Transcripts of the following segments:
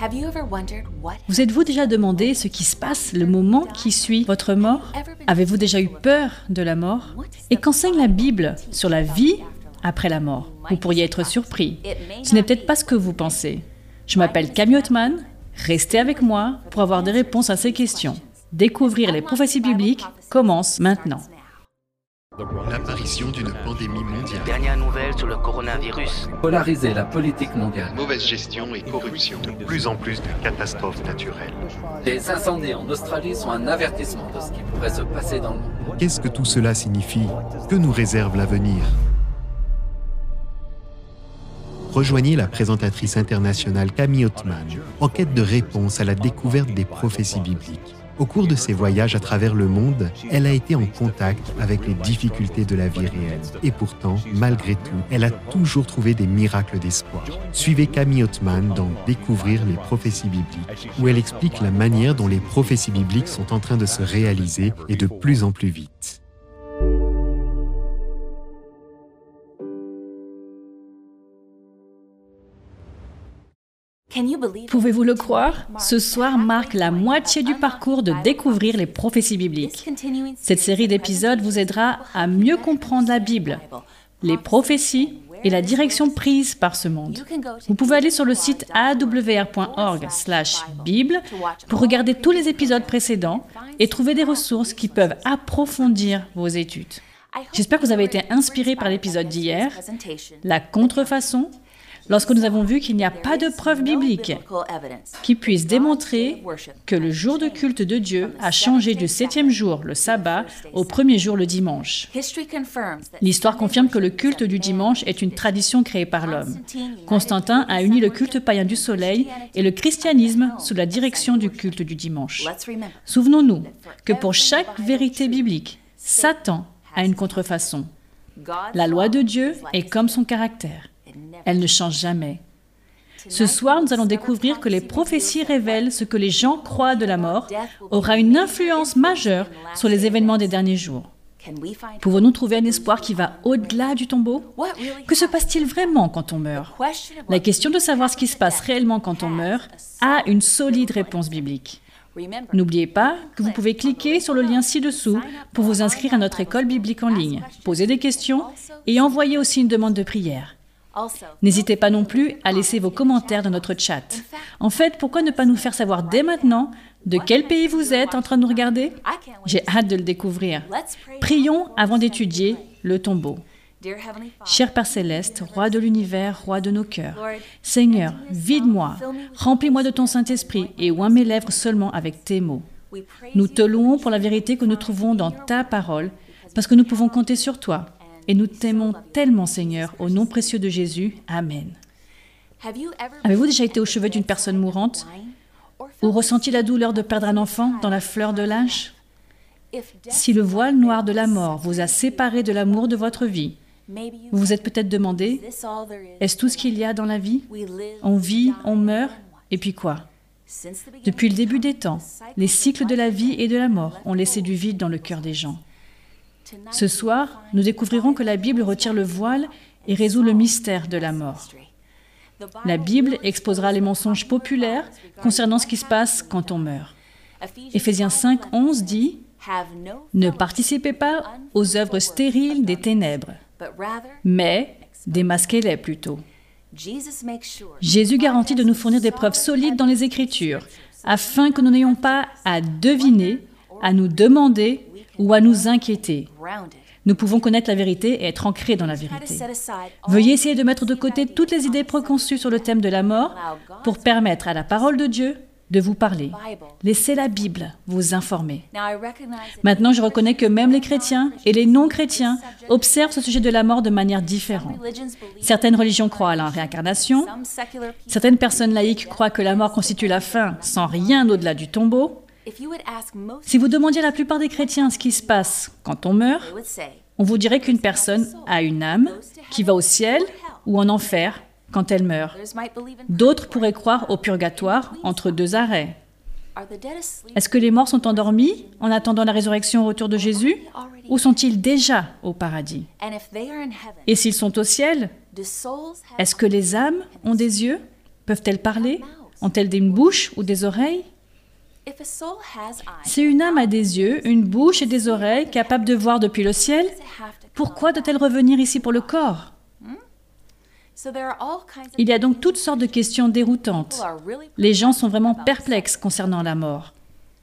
Vous êtes-vous déjà demandé ce qui se passe le moment qui suit votre mort? Avez-vous déjà eu peur de la mort? Et qu'enseigne la Bible sur la vie après la mort? Vous pourriez être surpris. Ce n'est peut-être pas ce que vous pensez. Je m'appelle Camille Othman. Restez avec moi pour avoir des réponses à ces questions. Découvrir les prophéties bibliques commence maintenant. L'apparition d'une pandémie mondiale. Dernière nouvelle sur le coronavirus. Polariser la politique mondiale. Mauvaise gestion et corruption. De plus en plus de catastrophes naturelles. Les incendies en Australie sont un avertissement de ce qui pourrait se passer dans le monde. Qu'est-ce que tout cela signifie? Que nous réserve l'avenir? Rejoignez la présentatrice internationale Camille Othman en quête de réponses à la découverte des prophéties bibliques. Au cours de ses voyages à travers le monde, elle a été en contact avec les difficultés de la vie réelle. Et pourtant, malgré tout, elle a toujours trouvé des miracles d'espoir. Suivez Camille Othman dans Découvrir les prophéties bibliques, où elle explique la manière dont les prophéties bibliques sont en train de se réaliser et de plus en plus vite. Pouvez-vous le croire? Ce soir marque la moitié du parcours de Découvrir les prophéties bibliques. Cette série d'épisodes vous aidera à mieux comprendre la Bible, les prophéties et la direction prise par ce monde. Vous pouvez aller sur le site awr.org/bible pour regarder tous les épisodes précédents et trouver des ressources qui peuvent approfondir vos études. J'espère que vous avez été inspirés par l'épisode d'hier, la contrefaçon, lorsque nous avons vu qu'il n'y a pas de preuve biblique qui puisse démontrer que le jour de culte de Dieu a changé du 7e jour, le sabbat, au 1er jour, le dimanche. L'histoire confirme que le culte du dimanche est une tradition créée par l'homme. Constantin a uni le culte païen du soleil et le christianisme sous la direction du culte du dimanche. Souvenons-nous que pour chaque vérité biblique, Satan a une contrefaçon. La loi de Dieu est comme son caractère. Elle ne change jamais. Ce soir, nous allons découvrir que les prophéties révèlent ce que les gens croient de la mort aura une influence majeure sur les événements des derniers jours. Pouvons-nous trouver un espoir qui va au-delà du tombeau? Que se passe-t-il vraiment quand on meurt? La question de savoir ce qui se passe réellement quand on meurt a une solide réponse biblique. N'oubliez pas que vous pouvez cliquer sur le lien ci-dessous pour vous inscrire à notre école biblique en ligne, poser des questions et envoyer aussi une demande de prière. N'hésitez pas non plus à laisser vos commentaires dans notre chat. En fait, pourquoi ne pas nous faire savoir dès maintenant de quel pays vous êtes en train de nous regarder? J'ai hâte de le découvrir. Prions avant d'étudier le tombeau. Cher Père Céleste, Roi de l'univers, Roi de nos cœurs, Seigneur, vide-moi, remplis-moi de ton Saint-Esprit et oins mes lèvres seulement avec tes mots. Nous te louons pour la vérité que nous trouvons dans ta parole, parce que nous pouvons compter sur toi. Et nous t'aimons tellement, Seigneur, au nom précieux de Jésus. Amen. Avez-vous déjà été au chevet d'une personne mourante ou ressenti la douleur de perdre un enfant dans la fleur de l'âge? Si le voile noir de la mort vous a séparé de l'amour de votre vie, vous vous êtes peut-être demandé, est-ce tout ce qu'il y a dans la vie? On vit, on meurt, et puis quoi? Depuis le début des temps, les cycles de la vie et de la mort ont laissé du vide dans le cœur des gens. Ce soir, nous découvrirons que la Bible retire le voile et résout le mystère de la mort. La Bible exposera les mensonges populaires concernant ce qui se passe quand on meurt. Éphésiens 5:11 dit « Ne participez pas aux œuvres stériles des ténèbres, mais démasquez-les plutôt. » Jésus garantit de nous fournir des preuves solides dans les Écritures, afin que nous n'ayons pas à deviner, à nous demander ou à nous inquiéter. Nous pouvons connaître la vérité et être ancrés dans la vérité. Veuillez essayer de mettre de côté toutes les idées préconçues sur le thème de la mort pour permettre à la parole de Dieu de vous parler. Laissez la Bible vous informer. Maintenant, je reconnais que même les chrétiens et les non-chrétiens observent ce sujet de la mort de manière différente. Certaines religions croient à la réincarnation. Certaines personnes laïques croient que la mort constitue la fin sans rien au-delà du tombeau. Si vous demandiez à la plupart des chrétiens ce qui se passe quand on meurt, on vous dirait qu'une personne a une âme qui va au ciel ou en enfer quand elle meurt. D'autres pourraient croire au purgatoire entre deux arrêts. Est-ce que les morts sont endormis en attendant la résurrection au retour de Jésus ou sont-ils déjà au paradis? Et s'ils sont au ciel, est-ce que les âmes ont des yeux? Peuvent-elles parler? Ont-elles une bouche ou des oreilles? Si une âme a des yeux, une bouche et des oreilles capables de voir depuis le ciel, pourquoi doit-elle revenir ici pour le corps? Il y a donc toutes sortes de questions déroutantes. Les gens sont vraiment perplexes concernant la mort.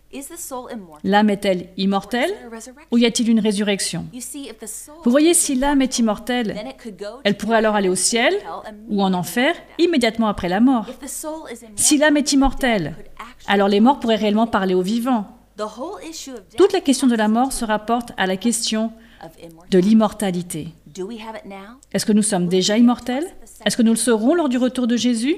L'âme est-elle immortelle ou y a-t-il une résurrection? Vous voyez, si l'âme est immortelle, elle pourrait alors aller au ciel ou en enfer immédiatement après la mort. Si l'âme est immortelle, alors les morts pourraient réellement parler aux vivants. Toute la question de la mort se rapporte à la question de l'immortalité. Est-ce que nous sommes déjà immortels? Est-ce que nous le serons lors du retour de Jésus?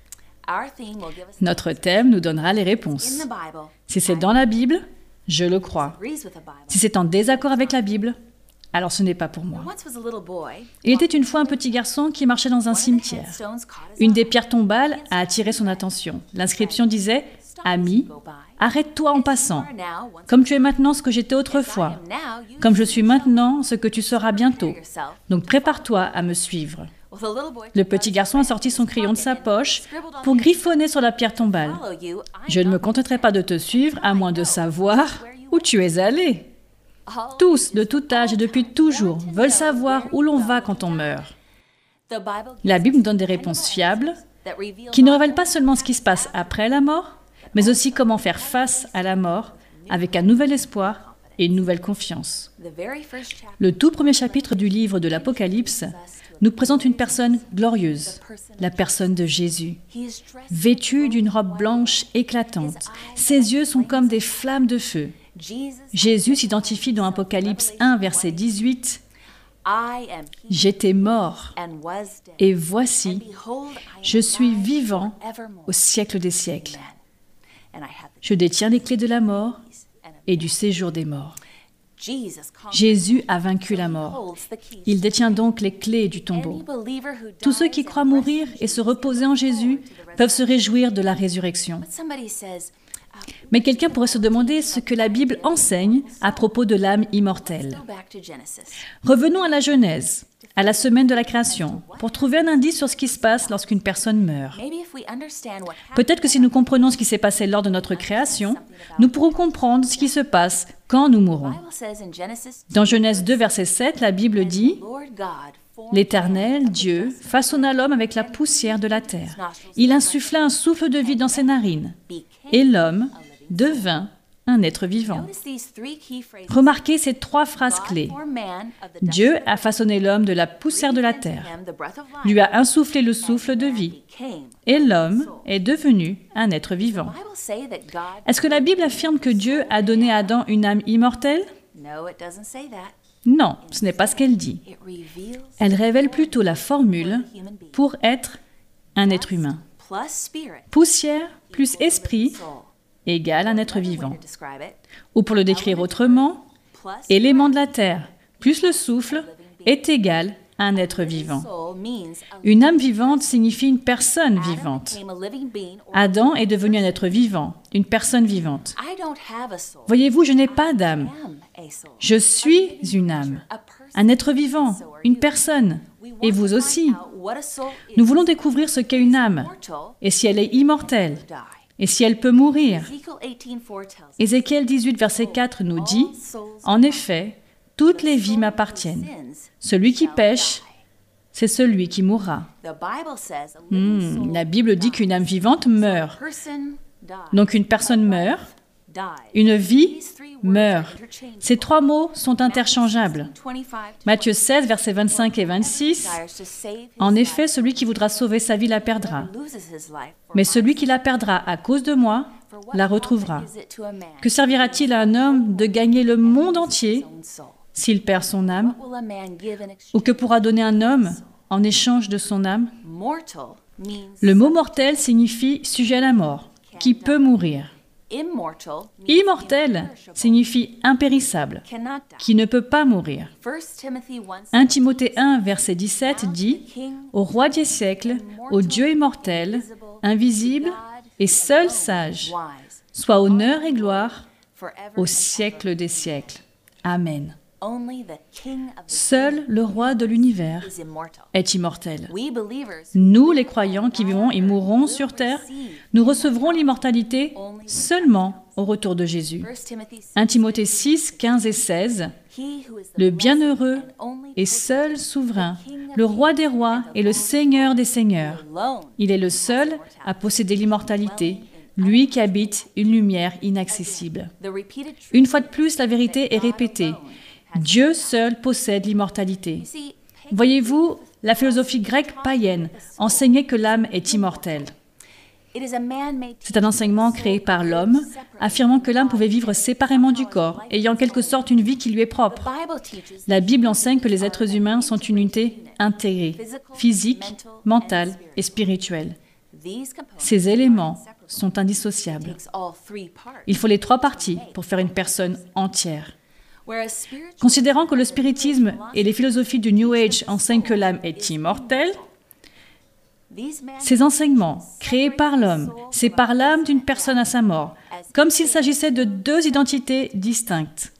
Notre thème nous donnera les réponses. Si c'est dans la Bible, je le crois. Si c'est en désaccord avec la Bible, alors ce n'est pas pour moi. Il était une fois un petit garçon qui marchait dans un cimetière. Une des pierres tombales a attiré son attention. L'inscription disait « Ami, arrête-toi en passant, comme tu es maintenant ce que j'étais autrefois, comme je suis maintenant ce que tu seras bientôt. Donc prépare-toi à me suivre. » Le petit garçon a sorti son crayon de sa poche pour griffonner sur la pierre tombale. « Je ne me contenterai pas de te suivre à moins de savoir où tu es allé. » Tous, de tout âge et depuis toujours, veulent savoir où l'on va quand on meurt. La Bible nous donne des réponses fiables qui ne révèlent pas seulement ce qui se passe après la mort, mais aussi comment faire face à la mort avec un nouvel espoir et une nouvelle confiance. Le tout premier chapitre du livre de l'Apocalypse nous présente une personne glorieuse, la personne de Jésus. Vêtu d'une robe blanche éclatante, ses yeux sont comme des flammes de feu. Jésus s'identifie dans Apocalypse 1, verset 18, « J'étais mort, et voici, je suis vivant au siècle des siècles. Je détiens les clés de la mort et du séjour des morts. » Jésus a vaincu la mort. Il détient donc les clés du tombeau. Tous ceux qui croient mourir et se reposer en Jésus peuvent se réjouir de la résurrection. Mais quelqu'un pourrait se demander ce que la Bible enseigne à propos de l'âme immortelle. Revenons à la Genèse, à la semaine de la création, pour trouver un indice sur ce qui se passe lorsqu'une personne meurt. Peut-être que si nous comprenons ce qui s'est passé lors de notre création, nous pourrons comprendre ce qui se passe quand nous mourrons. Dans Genèse 2, verset 7, la Bible dit « L'Éternel, Dieu, façonna l'homme avec la poussière de la terre. Il insuffla un souffle de vie dans ses narines, et l'homme devint un être vivant. » Remarquez ces trois phrases clés. Dieu a façonné l'homme de la poussière de la terre, lui a insufflé le souffle de vie, et l'homme est devenu un être vivant. Est-ce que la Bible affirme que Dieu a donné à Adam une âme immortelle? Non, ce n'est pas ce qu'elle dit. Elle révèle plutôt la formule pour être un être humain. Poussière plus esprit égale un être vivant. Ou pour le décrire autrement, élément de la terre plus le souffle est égal à un être vivant. Une âme vivante signifie une personne vivante. Adam est devenu un être vivant, une personne vivante. Voyez-vous, je n'ai pas d'âme. Je suis une âme, un être vivant, une personne. Et vous aussi. Nous voulons découvrir ce qu'est une âme, et si elle est immortelle, et si elle peut mourir. Ézéchiel 18, verset 4 nous dit « En effet, toutes les vies m'appartiennent. Celui qui pêche, c'est celui qui mourra. » La Bible dit qu'une âme vivante meurt. Donc une personne meurt, une vie meurt. Ces trois mots sont interchangeables. Matthieu 16, versets 25 et 26. « En effet, celui qui voudra sauver sa vie la perdra. Mais celui qui la perdra à cause de moi la retrouvera. Que servira-t-il à un homme de gagner le monde entier s'il perd son âme? Ou que pourra donner un homme en échange de son âme? » Le mot mortel signifie sujet à la mort, qui peut mourir. Immortel signifie impérissable, qui ne peut pas mourir. 1 Timothée 1, verset 17 dit « Au roi des siècles, au Dieu immortel, invisible et seul sage, soit honneur et gloire au siècle des siècles. Amen. » Seul le roi de l'univers est immortel. Nous, les croyants qui vivons et mourrons sur terre, nous recevrons l'immortalité seulement au retour de Jésus. 1 Timothée 6, 15 et 16. Le bienheureux est seul souverain, le roi des rois et le seigneur des seigneurs. Il est le seul à posséder l'immortalité, lui qui habite une lumière inaccessible. Une fois de plus, la vérité est répétée. Dieu seul possède l'immortalité. Voyez-vous, la philosophie grecque païenne enseignait que l'âme est immortelle. C'est un enseignement créé par l'homme, affirmant que l'âme pouvait vivre séparément du corps, ayant en quelque sorte une vie qui lui est propre. La Bible enseigne que les êtres humains sont une unité intégrée, physique, mentale et spirituelle. Ces éléments sont indissociables. Il faut les 3 parties pour faire une personne entière. Considérant que le spiritisme et les philosophies du New Age enseignent que l'âme est immortelle, ces enseignements, créés par l'homme, séparent l'âme d'une personne à sa mort, comme s'il s'agissait de 2 identités distinctes.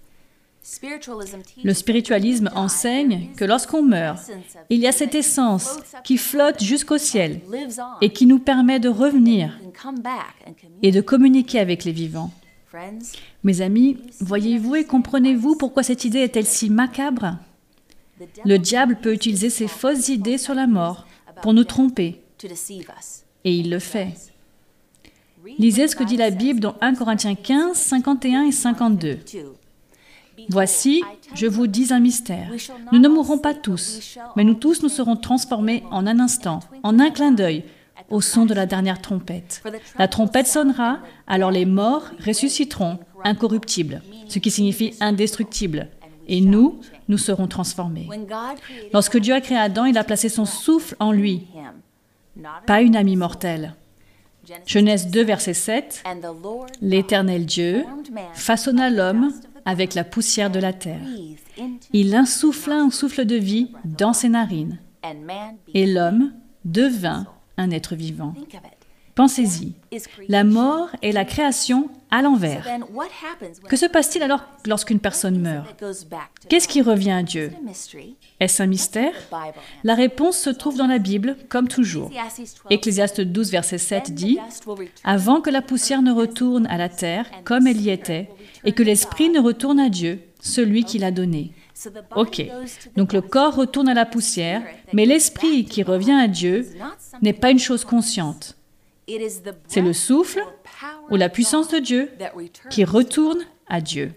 Le spiritualisme enseigne que lorsqu'on meurt, il y a cette essence qui flotte jusqu'au ciel et qui nous permet de revenir et de communiquer avec les vivants. Mes amis, voyez-vous et comprenez-vous pourquoi cette idée est-elle si macabre? Le diable peut utiliser ses fausses idées sur la mort pour nous tromper, et il le fait. Lisez ce que dit la Bible dans 1 Corinthiens 15, 51 et 52. « Voici, je vous dis un mystère. Nous ne mourrons pas tous, mais nous tous nous serons transformés en un instant, en un clin d'œil, au son de la dernière trompette. La trompette sonnera, alors les morts ressusciteront, incorruptibles, ce qui signifie indestructibles, et nous serons transformés. Lorsque Dieu a créé Adam, il a placé son souffle en lui, pas une âme immortelle. Genèse 2, verset 7, « L'Éternel Dieu façonna l'homme avec la poussière de la terre. Il insuffla un souffle de vie dans ses narines, et l'homme devint un être vivant. » Pensez-y, la mort et la création à l'envers. Que se passe-t-il alors lorsqu'une personne meurt? Qu'est-ce qui revient à Dieu? Est-ce un mystère? La réponse se trouve dans la Bible, comme toujours. Ecclésiaste 12, verset 7 dit « Avant que la poussière ne retourne à la terre comme elle y était, et que l'esprit ne retourne à Dieu, celui qui l'a donné. » Ok, donc le corps retourne à la poussière, mais l'esprit qui revient à Dieu n'est pas une chose consciente. C'est le souffle ou la puissance de Dieu qui retourne à Dieu.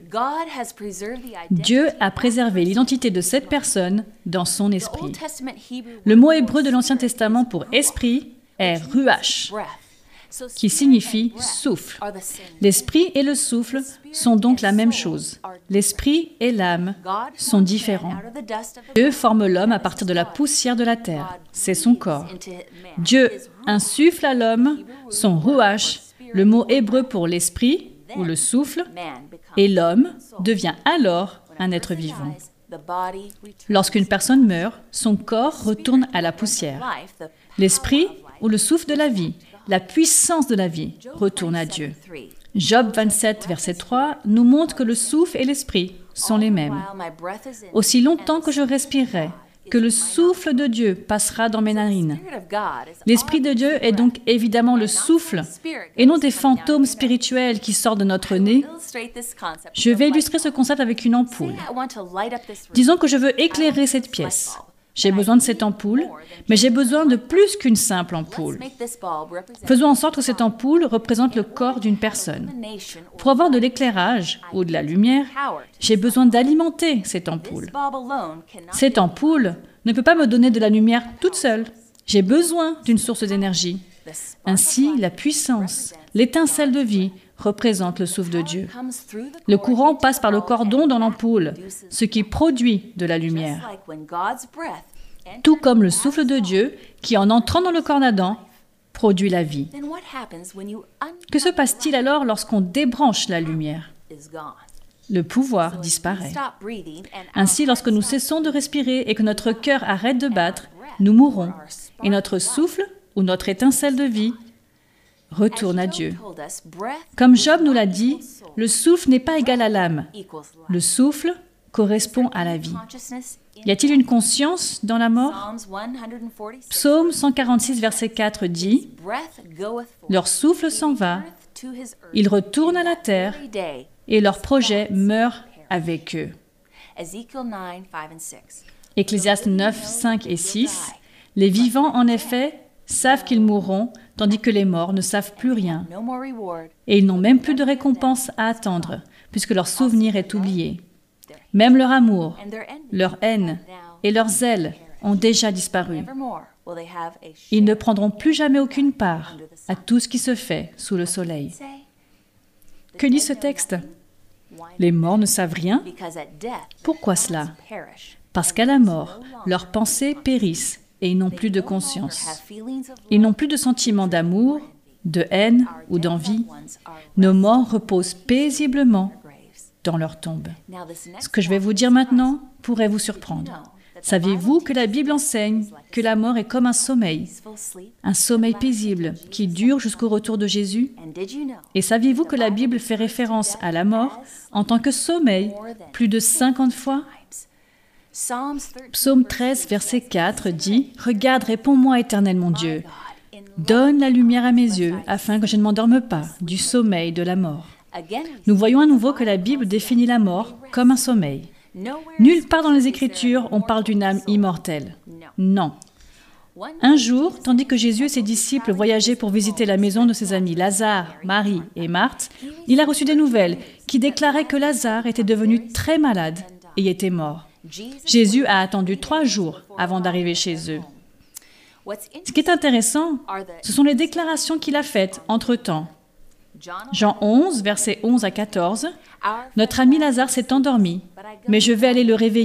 Dieu a préservé l'identité de cette personne dans son esprit. Le mot hébreu de l'Ancien Testament pour esprit est ruach, qui signifie souffle. L'esprit et le souffle sont donc la même chose. L'esprit et l'âme sont différents. Dieu forme l'homme à partir de la poussière de la terre. C'est son corps. Dieu insuffle à l'homme son ruach, le mot hébreu pour l'esprit ou le souffle, et l'homme devient alors un être vivant. Lorsqu'une personne meurt, son corps retourne à la poussière. L'esprit ou le souffle de la vie, la puissance de la vie, retourne à Dieu. Job 27, verset 3, nous montre que le souffle et l'esprit sont les mêmes. Aussi longtemps que je respirerai, que le souffle de Dieu passera dans mes narines. L'Esprit de Dieu est donc évidemment le souffle, et non des fantômes spirituels qui sortent de notre nez. Je vais illustrer ce concept avec une ampoule. Disons que je veux éclairer cette pièce. J'ai besoin de cette ampoule, mais j'ai besoin de plus qu'une simple ampoule. Faisons en sorte que cette ampoule représente le corps d'une personne. Pour avoir de l'éclairage ou de la lumière, j'ai besoin d'alimenter cette ampoule. Cette ampoule ne peut pas me donner de la lumière toute seule. J'ai besoin d'une source d'énergie. Ainsi, la puissance, l'étincelle de vie, représente le souffle de Dieu. Le courant passe par le cordon dans l'ampoule, ce qui produit de la lumière. Tout comme le souffle de Dieu, qui en entrant dans le corps d'Adam, produit la vie. Que se passe-t-il alors lorsqu'on débranche la lumière? Le pouvoir disparaît. Ainsi, lorsque nous cessons de respirer et que notre cœur arrête de battre, nous mourrons, et notre souffle ou notre étincelle de vie retourne à Dieu. Comme Job nous l'a dit, le souffle n'est pas égal à l'âme. Le souffle correspond à la vie. Y a-t-il une conscience dans la mort? Psaume 146, verset 4 dit « Leur souffle s'en va, ils retournent à la terre, et leur projet meurt avec eux. » Ecclésiaste 9, 5 et 6 « Les vivants, en effet, savent qu'ils mourront, tandis que les morts ne savent plus rien. Et ils n'ont même plus de récompense à attendre, puisque leur souvenir est oublié. Même leur amour, leur haine et leur zèle ont déjà disparu. Ils ne prendront plus jamais aucune part à tout ce qui se fait sous le soleil. » Que dit ce texte? Les morts ne savent rien. Pourquoi cela? Parce qu'à la mort, leurs pensées périssent et ils n'ont plus de conscience. Ils n'ont plus de sentiments d'amour, de haine ou d'envie. Nos morts reposent paisiblement dans leur tombe. Ce que je vais vous dire maintenant pourrait vous surprendre. Saviez-vous que la Bible enseigne que la mort est comme un sommeil paisible qui dure jusqu'au retour de Jésus? Et saviez-vous que la Bible fait référence à la mort en tant que sommeil plus de 50 fois? Psaume 13, verset 4 dit « Regarde, réponds-moi, Éternel mon Dieu. Donne la lumière à mes yeux, afin que je ne m'endorme pas du sommeil de la mort. » Nous voyons à nouveau que la Bible définit la mort comme un sommeil. Nulle part dans les Écritures on parle d'une âme immortelle. Non. Un jour, tandis que Jésus et ses disciples voyageaient pour visiter la maison de ses amis Lazare, Marie et Marthe, il a reçu des nouvelles qui déclaraient que Lazare était devenu très malade et était mort. Jésus a attendu 3 jours avant d'arriver chez eux. Ce qui est intéressant, ce sont les déclarations qu'il a faites entre-temps. Jean 11, versets 11 à 14, « Notre ami Lazare s'est endormi, mais je vais aller le réveiller. »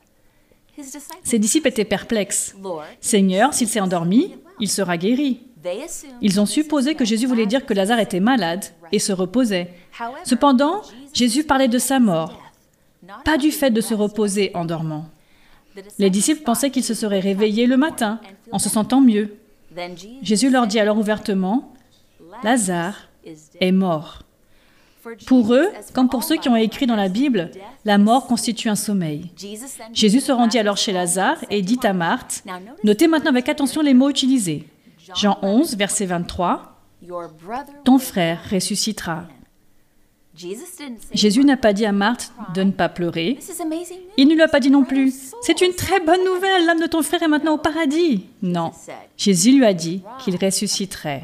Ses disciples étaient perplexes. « Seigneur, s'il s'est endormi, il sera guéri. » Ils ont supposé que Jésus voulait dire que Lazare était malade et se reposait. Cependant, Jésus parlait de sa mort, pas du fait de se reposer en dormant. Les disciples pensaient qu'il se serait réveillé le matin, en se sentant mieux. Jésus leur dit alors ouvertement, « Lazare est mort. » Pour eux, comme pour ceux qui ont écrit dans la Bible, la mort constitue un sommeil. Jésus se rendit alors chez Lazare et dit à Marthe, notez maintenant avec attention les mots utilisés. Jean 11, verset 23, « Ton frère ressuscitera. » Jésus n'a pas dit à Marthe de ne pas pleurer. Il ne lui a pas dit non plus, « C'est une très bonne nouvelle, l'âme de ton frère est maintenant au paradis. » Non, Jésus lui a dit qu'il ressusciterait.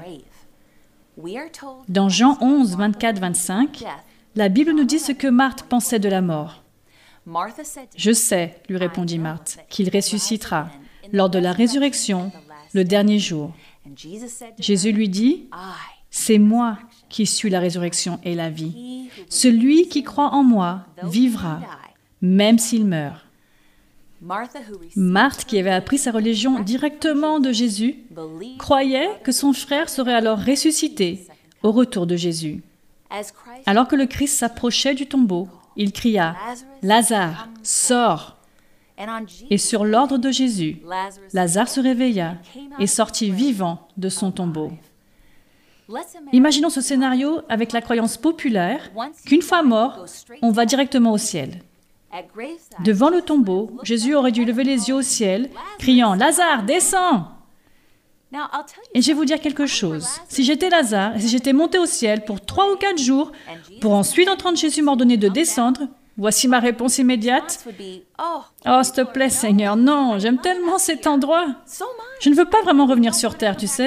Dans Jean 11, 24-25, la Bible nous dit ce que Marthe pensait de la mort. « Je sais, lui répondit Marthe, qu'il ressuscitera lors de la résurrection, le dernier jour. » Jésus lui dit, « C'est moi qui suis la résurrection et la vie. Celui qui croit en moi vivra, même s'il meurt. » Marthe, qui avait appris sa religion directement de Jésus, croyait que son frère serait alors ressuscité au retour de Jésus. Alors que le Christ s'approchait du tombeau, il cria « Lazare, sors !» Et sur l'ordre de Jésus, Lazare se réveilla et sortit vivant de son tombeau. Imaginons ce scénario avec la croyance populaire qu'une fois mort, on va directement au ciel. Devant le tombeau, Jésus aurait dû lever les yeux au ciel, criant « Lazare, descends !» Et je vais vous dire quelque chose. Si j'étais Lazare et si j'étais monté au ciel pour 3 ou 4 jours, pour ensuite entendre Jésus m'ordonner de descendre, voici ma réponse immédiate. « Oh, s'il te plaît, Seigneur, non, j'aime tellement cet endroit. Je ne veux pas vraiment revenir sur terre, tu sais. »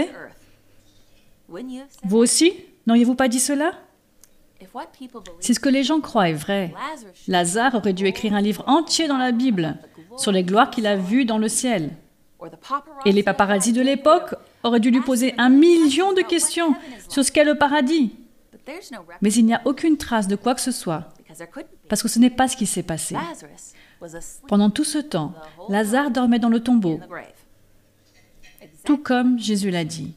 Vous aussi, n'auriez-vous pas dit cela? Si ce que les gens croient est vrai, Lazare aurait dû écrire un livre entier dans la Bible sur les gloires qu'il a vues dans le ciel. Et les paparazzis de l'époque auraient dû lui poser 1 million de questions sur ce qu'est le paradis. Mais il n'y a aucune trace de quoi que ce soit, parce que ce n'est pas ce qui s'est passé. Pendant tout ce temps, Lazare dormait dans le tombeau, tout comme Jésus l'a dit.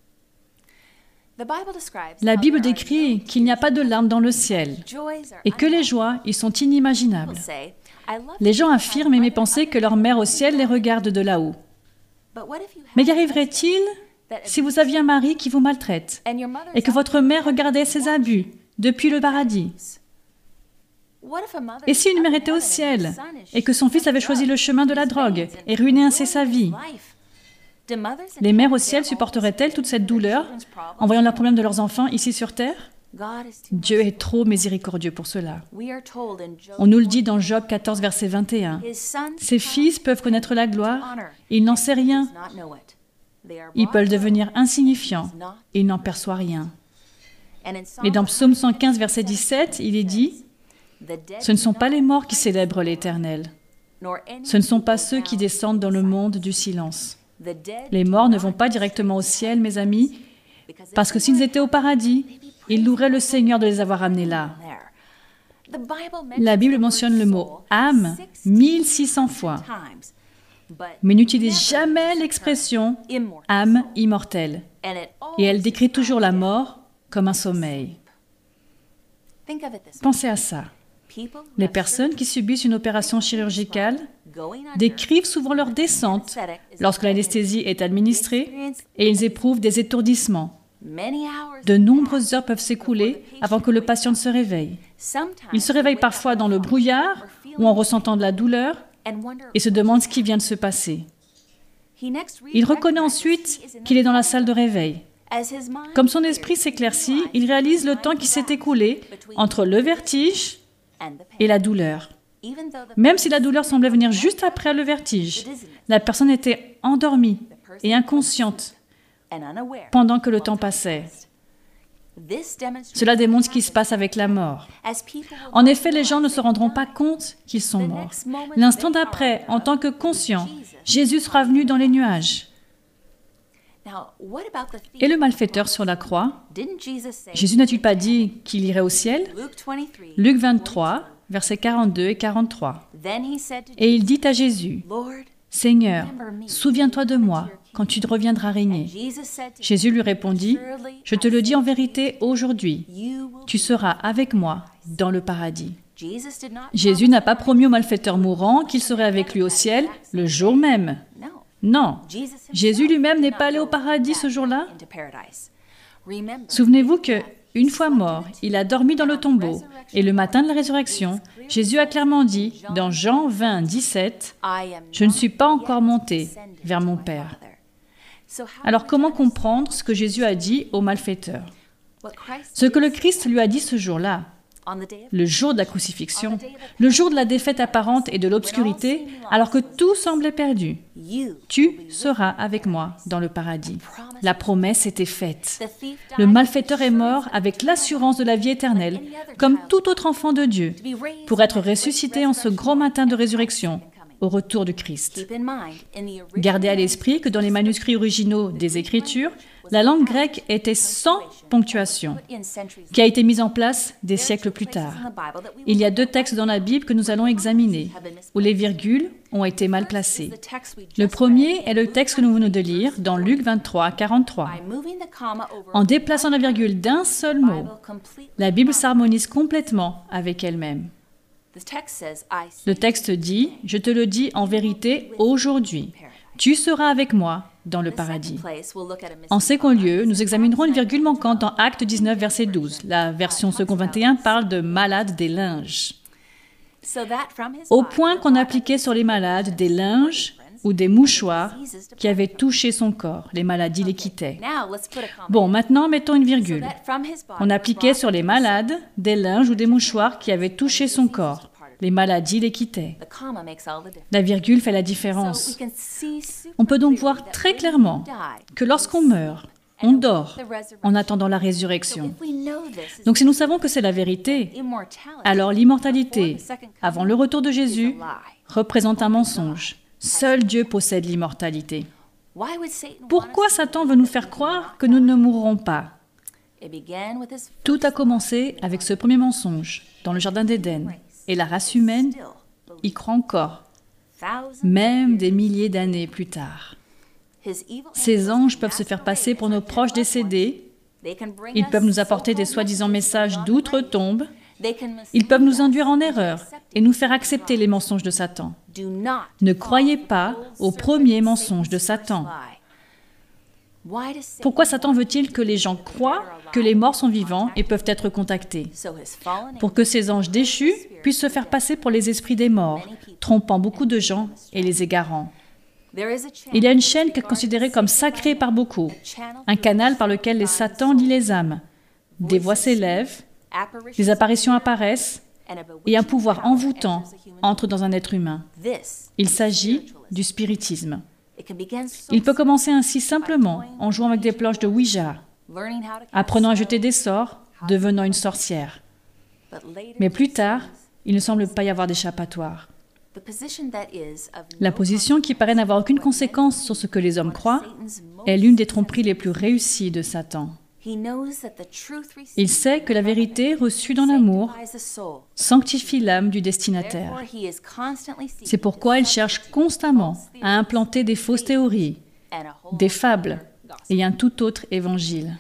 La Bible décrit qu'il n'y a pas de larmes dans le ciel et que les joies y sont inimaginables. Les gens affirment aimer penser que leur mère au ciel les regarde de là-haut. Mais y arriverait-il si vous aviez un mari qui vous maltraite et que votre mère regardait ses abus depuis le paradis? Et si une mère était au ciel et que son fils avait choisi le chemin de la drogue et ruiné ainsi sa vie? Les mères au ciel supporteraient-elles toute cette douleur en voyant leurs problèmes de leurs enfants ici sur terre? Dieu est trop miséricordieux pour cela. On nous le dit dans Job 14, verset 21. Ses fils peuvent connaître la gloire, et il n'en sait rien. Ils peuvent devenir insignifiants, et il n'en perçoit rien. Et dans Psaume 115, verset 17, il est dit, « Ce ne sont pas les morts qui célèbrent l'Éternel. Ce ne sont pas ceux qui descendent dans le monde du silence. Les morts ne vont pas directement au ciel, mes amis, parce que s'ils étaient au paradis, ils loueraient le Seigneur de les avoir amenés là. » La Bible mentionne le mot « âme » 1600 fois, mais n'utilise jamais l'expression « âme immortelle ». Et elle décrit toujours la mort comme un sommeil. Pensez à ça. Les personnes qui subissent une opération chirurgicale décrivent souvent leur descente lorsque l'anesthésie est administrée et ils éprouvent des étourdissements. De nombreuses heures peuvent s'écouler avant que le patient ne se réveille. Il se réveille parfois dans le brouillard ou en ressentant de la douleur et se demande ce qui vient de se passer. Il reconnaît ensuite qu'il est dans la salle de réveil. Comme son esprit s'éclaircit, il réalise le temps qui s'est écoulé entre le vertige et la douleur. Même si la douleur semblait venir juste après le vertige, la personne était endormie et inconsciente pendant que le temps passait. Cela démontre ce qui se passe avec la mort. En effet, les gens ne se rendront pas compte qu'ils sont morts. L'instant d'après, en tant que conscient, Jésus sera venu dans les nuages. Et le malfaiteur sur la croix, Jésus n'a-t-il pas dit qu'il irait au ciel? Luc 23, versets 42 et 43. Et il dit à Jésus, « Seigneur, souviens-toi de moi quand tu reviendras régner. » Jésus lui répondit, « Je te le dis en vérité aujourd'hui, tu seras avec moi dans le paradis. » Jésus n'a pas promis au malfaiteur mourant qu'il serait avec lui au ciel le jour même. Non, Jésus lui-même n'est pas allé au paradis ce jour-là. Souvenez-vous que, une fois mort, il a dormi dans le tombeau, et le matin de la résurrection, Jésus a clairement dit, dans Jean 20, 17, « Je ne suis pas encore monté vers mon Père. » Alors comment comprendre ce que Jésus a dit au malfaiteur? Ce que le Christ lui a dit ce jour-là, le jour de la crucifixion, le jour de la défaite apparente et de l'obscurité, alors que tout semblait perdu. Tu seras avec moi dans le paradis. La promesse était faite. Le malfaiteur est mort avec l'assurance de la vie éternelle, comme tout autre enfant de Dieu, pour être ressuscité en ce grand matin de résurrection, au retour du Christ. Gardez à l'esprit que dans les manuscrits originaux des Écritures, la langue grecque était sans ponctuation, qui a été mise en place des siècles plus tard. Il y a 2 textes dans la Bible que nous allons examiner, où les virgules ont été mal placées. Le premier est le texte que nous venons de lire dans Luc 23, 43. En déplaçant la virgule d'un seul mot, la Bible s'harmonise complètement avec elle-même. Le texte dit, « Je te le dis en vérité aujourd'hui, tu seras avec moi dans le paradis. » En second lieu, nous examinerons une virgule manquante dans Actes 19, verset 12. La version second 21 parle de « malades des linges ». Au point qu'on appliquait sur les malades des linges ou des mouchoirs qui avaient touché son corps. Les maladies les quittaient. Bon, maintenant, mettons une virgule. On appliquait sur les malades des linges ou des mouchoirs qui avaient touché son corps. Les maladies les quittaient. La virgule fait la différence. On peut donc voir très clairement que lorsqu'on meurt, on dort en attendant la résurrection. Donc si nous savons que c'est la vérité, alors l'immortalité, avant le retour de Jésus, représente un mensonge. Seul Dieu possède l'immortalité. Pourquoi Satan veut nous faire croire que nous ne mourrons pas? Tout a commencé avec ce premier mensonge dans le Jardin d'Éden. Et la race humaine y croit encore, même des milliers d'années plus tard. Ces anges peuvent se faire passer pour nos proches décédés. Ils peuvent nous apporter des soi-disant messages d'outre-tombe. Ils peuvent nous induire en erreur et nous faire accepter les mensonges de Satan. Ne croyez pas au premier mensonge de Satan. Pourquoi Satan veut-il que les gens croient que les morts sont vivants et peuvent être contactés? Pour que ces anges déchus puissent se faire passer pour les esprits des morts, trompant beaucoup de gens et les égarant. Il y a une chaîne qui est considérée comme sacrée par beaucoup, un canal par lequel les Satans lient les âmes. Des voix s'élèvent, des apparitions apparaissent, et un pouvoir envoûtant entre dans un être humain. Il s'agit du spiritisme. Il peut commencer ainsi simplement, en jouant avec des planches de Ouija, apprenant à jeter des sorts, devenant une sorcière. Mais plus tard, il ne semble pas y avoir d'échappatoire. La position qui paraît n'avoir aucune conséquence sur ce que les hommes croient est l'une des tromperies les plus réussies de Satan. Il sait que la vérité reçue dans l'amour sanctifie l'âme du destinataire. C'est pourquoi il cherche constamment à implanter des fausses théories, des fables et un tout autre évangile.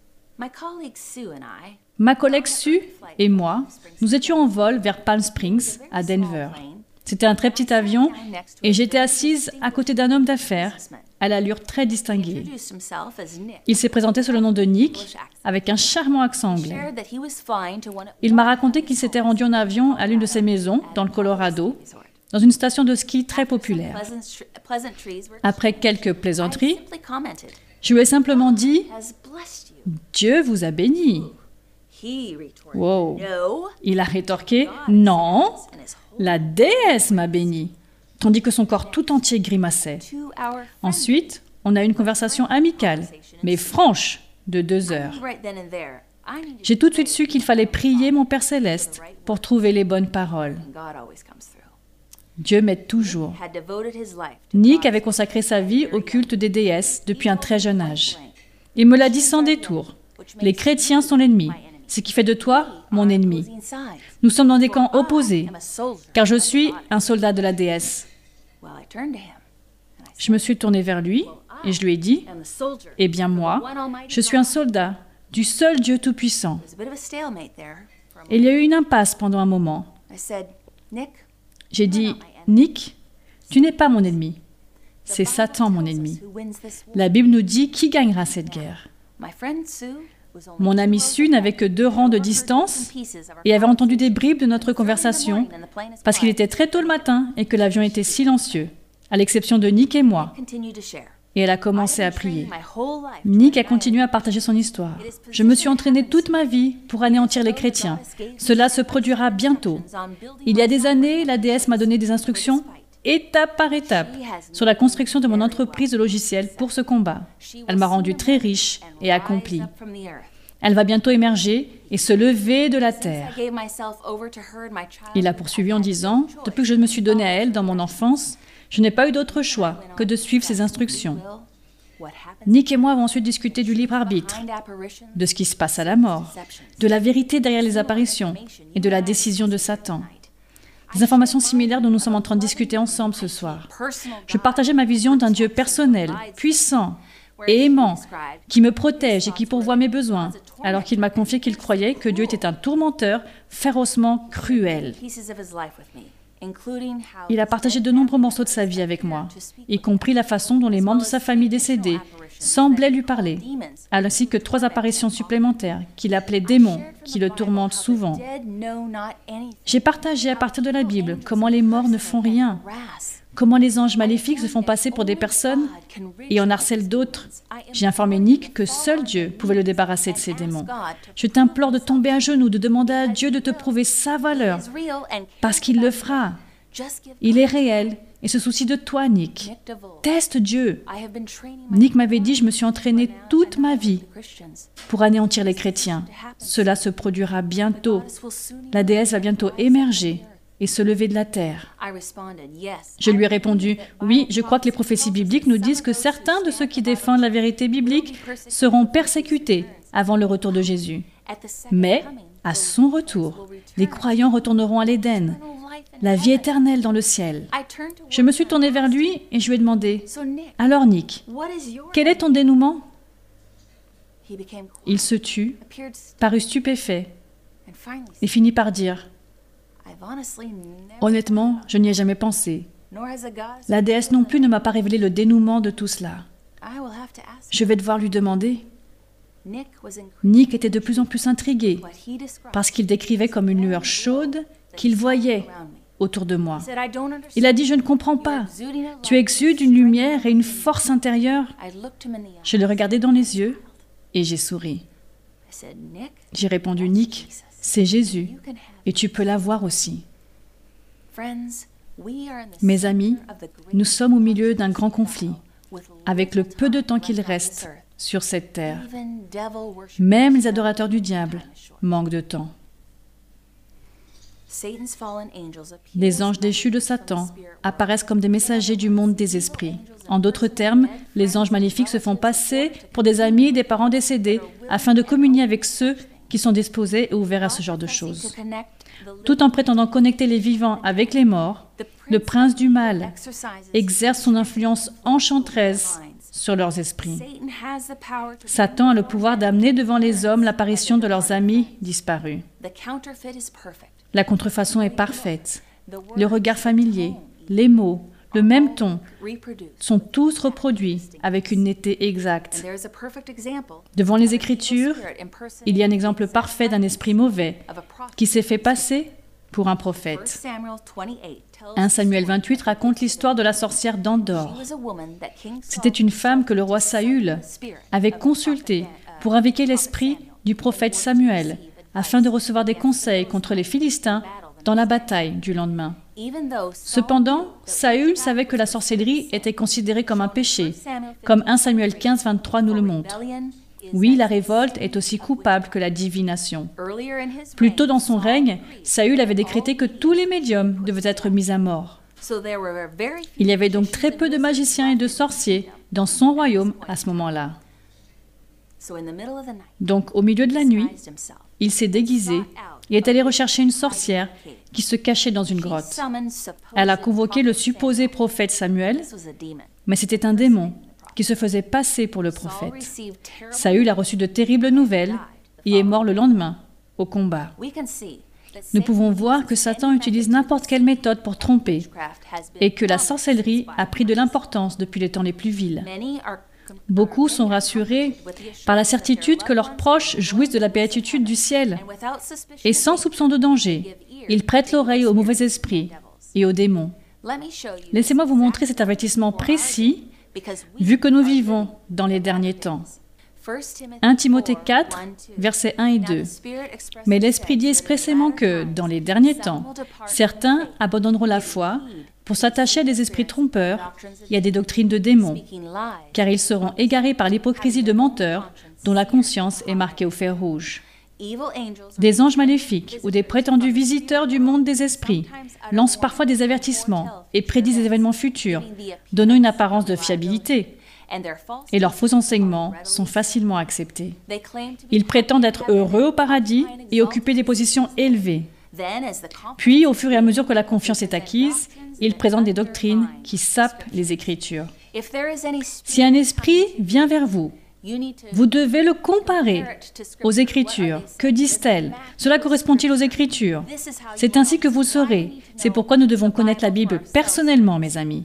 Ma collègue Sue et moi, nous étions en vol vers Palm Springs, à Denver. C'était un très petit avion et j'étais assise à côté d'un homme d'affaires à l'allure très distinguée. Il s'est présenté sous le nom de Nick, avec un charmant accent anglais. Il m'a raconté qu'il s'était rendu en avion à l'une de ses maisons, dans le Colorado, dans une station de ski très populaire. Après quelques plaisanteries, je lui ai simplement dit « Dieu vous a béni ». Wow. Il a rétorqué « Non, la déesse m'a béni », tandis que son corps tout entier grimaçait. Ensuite, on a eu une conversation amicale, mais franche, de 2 heures. J'ai tout de suite su qu'il fallait prier mon Père Céleste pour trouver les bonnes paroles. Dieu m'aide toujours. Nick avait consacré sa vie au culte des déesses depuis un très jeune âge. Il me l'a dit sans détour. Les chrétiens sont l'ennemi, ce qui fait de toi mon ennemi. Nous sommes dans des camps opposés, car je suis un soldat de la déesse. Je me suis tournée vers lui et je lui ai dit, « Eh bien moi, je suis un soldat du seul Dieu Tout-Puissant. » Et il y a eu une impasse pendant un moment. J'ai dit, « Nick, tu n'es pas mon ennemi. C'est Satan mon ennemi. La Bible nous dit qui gagnera cette guerre. » Mon ami Sue n'avait que 2 rangs de distance et avait entendu des bribes de notre conversation parce qu'il était très tôt le matin et que l'avion était silencieux, à l'exception de Nick et moi. Et elle a commencé à prier. Nick a continué à partager son histoire. « Je me suis entraîné toute ma vie pour anéantir les chrétiens. Cela se produira bientôt. Il y a des années, la déesse m'a donné des instructions étape par étape, sur la construction de mon entreprise de logiciels pour ce combat. Elle m'a rendu très riche et accompli. Elle va bientôt émerger et se lever de la terre. » Il a poursuivi en disant, « Depuis que je me suis donné à elle dans mon enfance, je n'ai pas eu d'autre choix que de suivre ses instructions. » Nick et moi avons ensuite discuté du libre arbitre, de ce qui se passe à la mort, de la vérité derrière les apparitions et de la décision de Satan. Des informations similaires dont nous sommes en train de discuter ensemble ce soir. Je partageais ma vision d'un Dieu personnel, puissant et aimant, qui me protège et qui pourvoit mes besoins, alors qu'il m'a confié qu'il croyait que Dieu était un tourmenteur férocement cruel. Il a partagé de nombreux morceaux de sa vie avec moi, y compris la façon dont les membres de sa famille décédés semblaient lui parler, ainsi que 3 apparitions supplémentaires qu'il appelait démons, qui le tourmentent souvent. J'ai partagé à partir de la Bible comment les morts ne font rien, comment les anges maléfiques se font passer pour des personnes et en harcèlent d'autres. J'ai informé Nick que seul Dieu pouvait le débarrasser de ces démons. Je t'implore de tomber à genoux, de demander à Dieu de te prouver sa valeur, parce qu'il le fera. Il est réel et se soucie de toi, Nick. Teste Dieu. Nick m'avait dit, je me suis entraîné toute ma vie pour anéantir les chrétiens. Cela se produira bientôt. La déesse va bientôt émerger et se lever de la terre. Je lui ai répondu, oui, je crois que les prophéties bibliques nous disent que certains de ceux qui défendent la vérité biblique seront persécutés avant le retour de Jésus. Mais, à son retour, les croyants retourneront à l'Éden, la vie éternelle dans le ciel. Je me suis tournée vers lui et je lui ai demandé, « Alors Nick, quel est ton dénouement ?» Il se tut, parut stupéfait et finit par dire, « Honnêtement, je n'y ai jamais pensé. La déesse non plus ne m'a pas révélé le dénouement de tout cela. Je vais devoir lui demander. Nick était de plus en plus intrigué parce qu'il décrivait comme une lueur chaude qu'il voyait autour de moi. Il a dit, je ne comprends pas. Tu exudes une lumière et une force intérieure. Je le regardais dans les yeux et j'ai souri. J'ai répondu, Nick, c'est Jésus et tu peux l'avoir aussi. Mes amis, nous sommes au milieu d'un grand conflit, avec le peu de temps qu'il reste sur cette terre. Même les adorateurs du diable manquent de temps. Les anges déchus de Satan apparaissent comme des messagers du monde des esprits. En d'autres termes, les anges maléfiques se font passer pour des amis des parents décédés afin de communier avec ceux qui sont disposés et ouverts à ce genre de choses. Tout en prétendant connecter les vivants avec les morts, le prince du mal exerce son influence enchanteresse sur leurs esprits. Satan a le pouvoir d'amener devant les hommes l'apparition de leurs amis disparus. La contrefaçon est parfaite. Le regard familier, les mots, le même ton sont tous reproduits avec une netteté exacte. Devant les Écritures, il y a un exemple parfait d'un esprit mauvais qui s'est fait passer pour un prophète. 1 Samuel 28 raconte l'histoire de la sorcière d'Endor. C'était une femme que le roi Saül avait consultée pour invoquer l'esprit du prophète Samuel afin de recevoir des conseils contre les Philistins dans la bataille du lendemain. Cependant, Saül savait que la sorcellerie était considérée comme un péché, comme 1 Samuel 15, 23 nous le montre. Oui, la révolte est aussi coupable que la divination. Plus tôt dans son règne, Saül avait décrété que tous les médiums devaient être mis à mort. Il y avait donc très peu de magiciens et de sorciers dans son royaume à ce moment-là. Donc, au milieu de la nuit, il s'est déguisé et est allé rechercher une sorcière qui se cachait dans une grotte. Elle a convoqué le supposé prophète Samuel, mais c'était un démon qui se faisait passer pour le prophète. Saül a reçu de terribles nouvelles et est mort le lendemain au combat. Nous pouvons voir que Satan utilise n'importe quelle méthode pour tromper et que la sorcellerie a pris de l'importance depuis les temps les plus vils. Beaucoup sont rassurés par la certitude que leurs proches jouissent de la béatitude du ciel. Et sans soupçon de danger, ils prêtent l'oreille aux mauvais esprits et aux démons. Laissez-moi vous montrer cet avertissement précis, vu que nous vivons dans les derniers temps. 1 Timothée 4, versets 1 et 2. Mais l'Esprit dit expressément que, dans les derniers temps, certains abandonneront la foi pour s'attacher à des esprits trompeurs et à des doctrines de démons, car ils seront égarés par l'hypocrisie de menteurs dont la conscience est marquée au fer rouge. Des anges maléfiques ou des prétendus visiteurs du monde des esprits lancent parfois des avertissements et prédisent des événements futurs, donnant une apparence de fiabilité. Et leurs faux enseignements sont facilement acceptés. Ils prétendent être heureux au paradis et occuper des positions élevées. Puis, au fur et à mesure que la confiance est acquise, ils présentent des doctrines qui sapent les Écritures. Si un esprit vient vers vous, vous devez le comparer aux Écritures. Que disent-elles? Cela correspond-il aux Écritures? C'est ainsi que vous saurez. C'est pourquoi nous devons connaître la Bible personnellement, mes amis.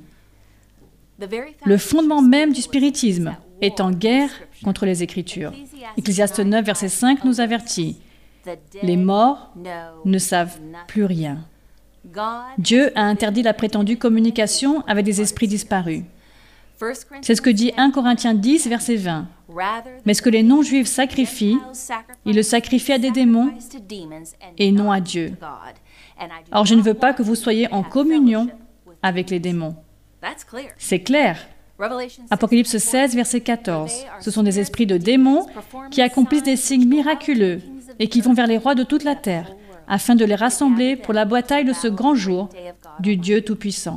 Le fondement même du spiritisme est en guerre contre les Écritures. Ecclésiaste 9, verset 5 nous avertit. Les morts ne savent plus rien. Dieu a interdit la prétendue communication avec des esprits disparus. C'est ce que dit 1 Corinthiens 10, verset 20. Mais ce que les non-juifs sacrifient, ils le sacrifient à des démons et non à Dieu. Or, je ne veux pas que vous soyez en communion avec les démons. C'est clair. Apocalypse 16, verset 14. Ce sont des esprits de démons qui accomplissent des signes miraculeux et qui vont vers les rois de toute la terre, afin de les rassembler pour la bataille de ce grand jour du Dieu Tout-Puissant.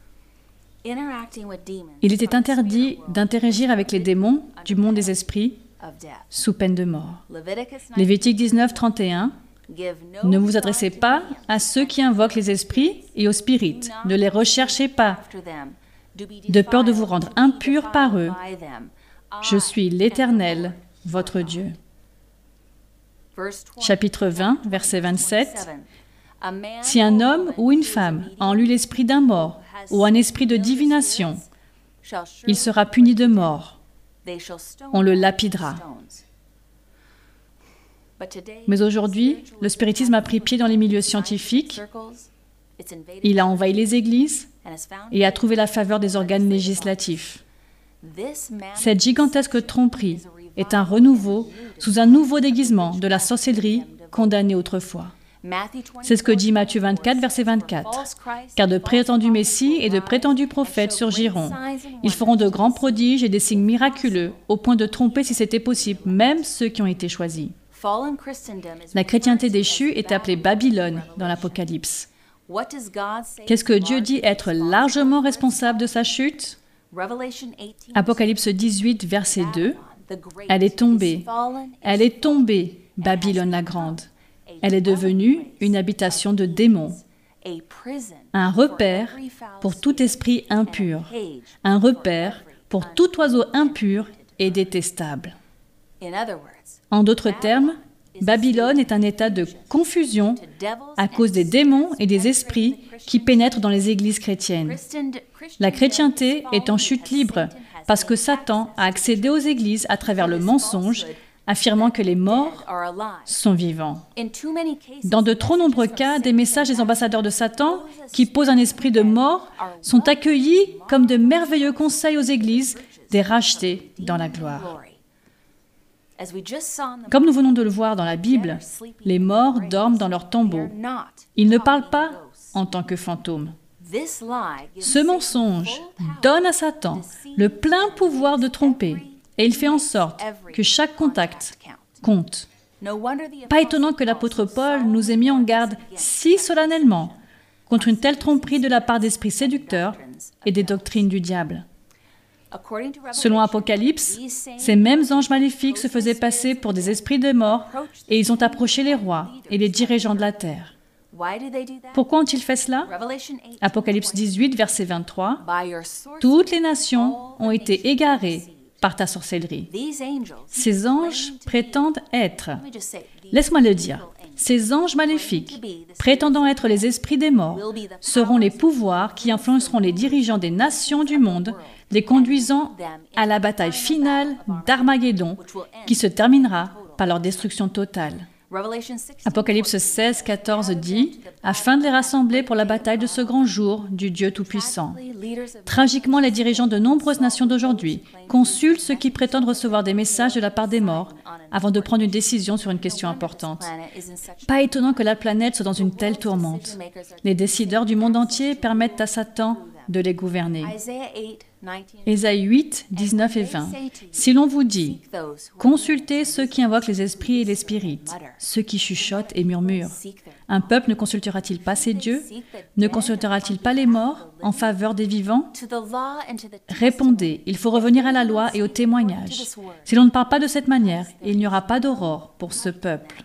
Il était interdit d'interagir avec les démons du monde des esprits sous peine de mort. Lévitique 19, 31. Ne vous adressez pas à ceux qui invoquent les esprits et aux spirites. Ne les recherchez pas, de peur de vous rendre impurs par eux. Je suis l'Éternel, votre Dieu. Chapitre 20, verset 27. Si un homme ou une femme a en lui l'esprit d'un mort ou un esprit de divination, il sera puni de mort. On le lapidera. Mais aujourd'hui, le spiritisme a pris pied dans les milieux scientifiques, il a envahi les églises et a trouvé la faveur des organes législatifs. Cette gigantesque tromperie est un renouveau sous un nouveau déguisement de la sorcellerie condamnée autrefois. C'est ce que dit Matthieu 24, verset 24. « Car de prétendus messies et de prétendus prophètes surgiront. Ils feront de grands prodiges et des signes miraculeux, au point de tromper, si c'était possible, même ceux qui ont été choisis. » La chrétienté déchue est appelée Babylone dans l'Apocalypse. Qu'est-ce que Dieu dit être largement responsable de sa chute? Apocalypse 18, verset 2. « Elle est tombée, Babylone la grande. Elle est devenue une habitation de démons, un repère pour tout esprit impur, un repère pour tout oiseau impur et détestable. » En d'autres termes, Babylone est un état de confusion à cause des démons et des esprits qui pénètrent dans les églises chrétiennes. La chrétienté est en chute libre parce que Satan a accédé aux églises à travers le mensonge, affirmant que les morts sont vivants. Dans de trop nombreux cas, des messages des ambassadeurs de Satan qui posent un esprit de mort sont accueillis comme de merveilleux conseils aux églises des rachetés dans la gloire. Comme nous venons de le voir dans la Bible, les morts dorment dans leur tombeau. Ils ne parlent pas en tant que fantômes. Ce mensonge donne à Satan le plein pouvoir de tromper et il fait en sorte que chaque contact compte. Pas étonnant que l'apôtre Paul nous ait mis en garde si solennellement contre une telle tromperie de la part d'esprits séducteurs et des doctrines du diable. Selon Apocalypse, ces mêmes anges maléfiques se faisaient passer pour des esprits de mort et ils ont approché les rois et les dirigeants de la terre. Pourquoi ont-ils fait cela? Apocalypse 18, verset 23. « Toutes les nations ont été égarées par ta sorcellerie. » Ces anges prétendent être, laisse-moi le dire, ces anges maléfiques, prétendant être les esprits des morts, seront les pouvoirs qui influenceront les dirigeants des nations du monde, les conduisant à la bataille finale d'Armageddon, qui se terminera par leur destruction totale. Apocalypse 16, 14 dit « Afin de les rassembler pour la bataille de ce grand jour du Dieu Tout-Puissant. » Tragiquement, les dirigeants de nombreuses nations d'aujourd'hui consultent ceux qui prétendent recevoir des messages de la part des morts avant de prendre une décision sur une question importante. Pas étonnant que la planète soit dans une telle tourmente. Les décideurs du monde entier permettent à Satan de les gouverner. Ésaïe 8, 19 et 20. Si l'on vous dit, consultez ceux qui invoquent les esprits et les spirites, ceux qui chuchotent et murmurent. Un peuple ne consultera-t-il pas ses dieux? Ne consultera-t-il pas les morts en faveur des vivants? Répondez, il faut revenir à la loi et au témoignage. Si l'on ne parle pas de cette manière, il n'y aura pas d'aurore pour ce peuple.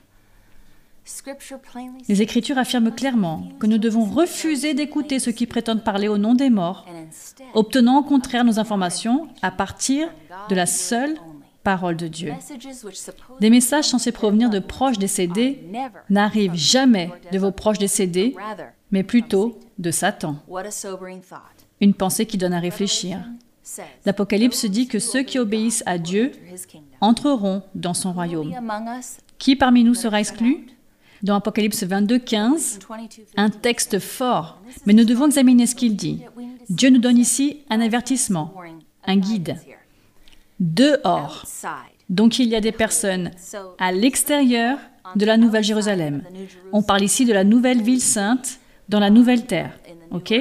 Les Écritures affirment clairement que nous devons refuser d'écouter ceux qui prétendent parler au nom des morts, obtenant au contraire nos informations à partir de la seule parole de Dieu. Des messages censés provenir de proches décédés n'arrivent jamais de vos proches décédés, mais plutôt de Satan. Une pensée qui donne à réfléchir. L'Apocalypse dit que ceux qui obéissent à Dieu entreront dans son royaume. Qui parmi nous sera exclu? Dans Apocalypse 22, 15, un texte fort, mais nous devons examiner ce qu'il dit. Dieu nous donne ici un avertissement, un guide. Dehors. Donc il y a des personnes à l'extérieur de la Nouvelle Jérusalem. On parle ici de la nouvelle ville sainte dans la nouvelle terre. Ok?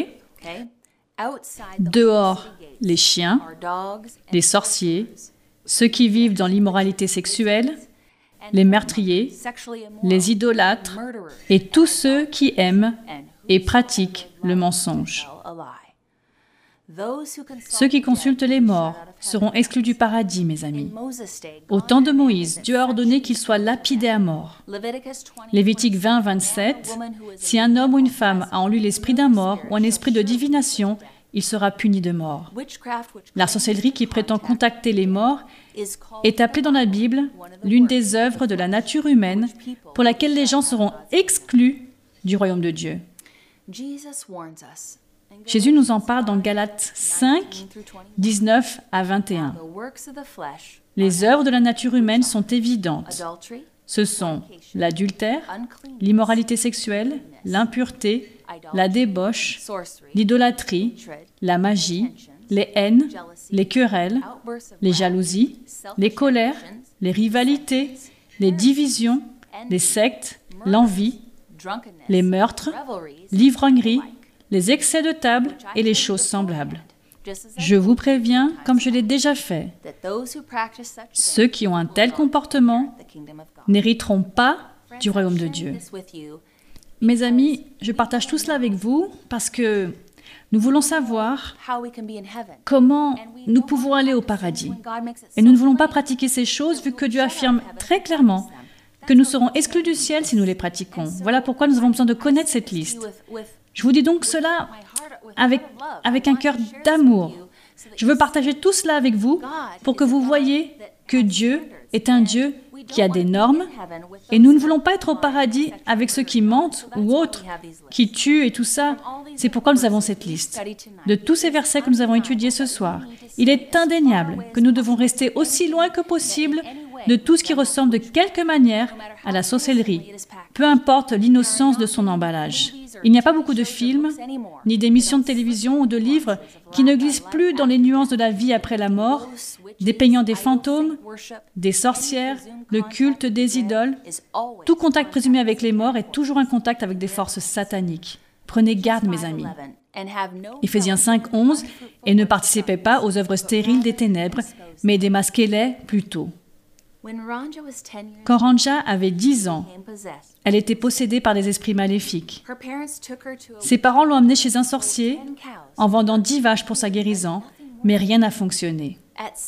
Dehors, les chiens, les sorciers, ceux qui vivent dans l'immoralité sexuelle, les meurtriers, les idolâtres et tous ceux qui aiment et pratiquent le mensonge. Ceux qui consultent les morts seront exclus du paradis, mes amis. Au temps de Moïse, Dieu a ordonné qu'ils soient lapidés à mort. Lévitique 20, 27, si un homme ou une femme a en lui l'esprit d'un mort ou un esprit de divination, il sera puni de mort. La sorcellerie qui prétend contacter les morts est appelée dans la Bible l'une des œuvres de la nature humaine pour laquelle les gens seront exclus du royaume de Dieu. Jésus nous en parle dans Galates 5, 19 à 21. Les œuvres de la nature humaine sont évidentes. Ce sont l'adultère, l'immoralité sexuelle, l'impureté, la débauche, l'idolâtrie, la magie, les haines, les querelles, les jalousies, les colères, les rivalités, les divisions, les sectes, l'envie, les meurtres, l'ivrognerie, les excès de table et les choses semblables. Je vous préviens, comme je l'ai déjà fait, ceux qui ont un tel comportement n'hériteront pas du royaume de Dieu. Mes amis, je partage tout cela avec vous parce que nous voulons savoir comment nous pouvons aller au paradis. Et nous ne voulons pas pratiquer ces choses vu que Dieu affirme très clairement que nous serons exclus du ciel si nous les pratiquons. Voilà pourquoi nous avons besoin de connaître cette liste. Je vous dis donc cela avec un cœur d'amour. Je veux partager tout cela avec vous pour que vous voyez que Dieu est un Dieu qui a des normes et nous ne voulons pas être au paradis avec ceux qui mentent ou autres, qui tuent et tout ça. C'est pourquoi nous avons cette liste. De tous ces versets que nous avons étudiés ce soir, il est indéniable que nous devons rester aussi loin que possible de tout ce qui ressemble de quelque manière à la sorcellerie, peu importe l'innocence de son emballage. Il n'y a pas beaucoup de films, ni d'émissions de télévision ou de livres qui ne glissent plus dans les nuances de la vie après la mort, dépeignant des fantômes, des sorcières, le culte des idoles. Tout contact présumé avec les morts est toujours un contact avec des forces sataniques. Prenez garde, mes amis. Éphésiens 5, 11, et ne participez pas aux œuvres stériles des ténèbres, mais démasquez-les plutôt. Quand Ranja avait 10 ans, elle était possédée par des esprits maléfiques. Ses parents l'ont emmenée chez un sorcier en vendant 10 vaches pour sa guérison, mais rien n'a fonctionné.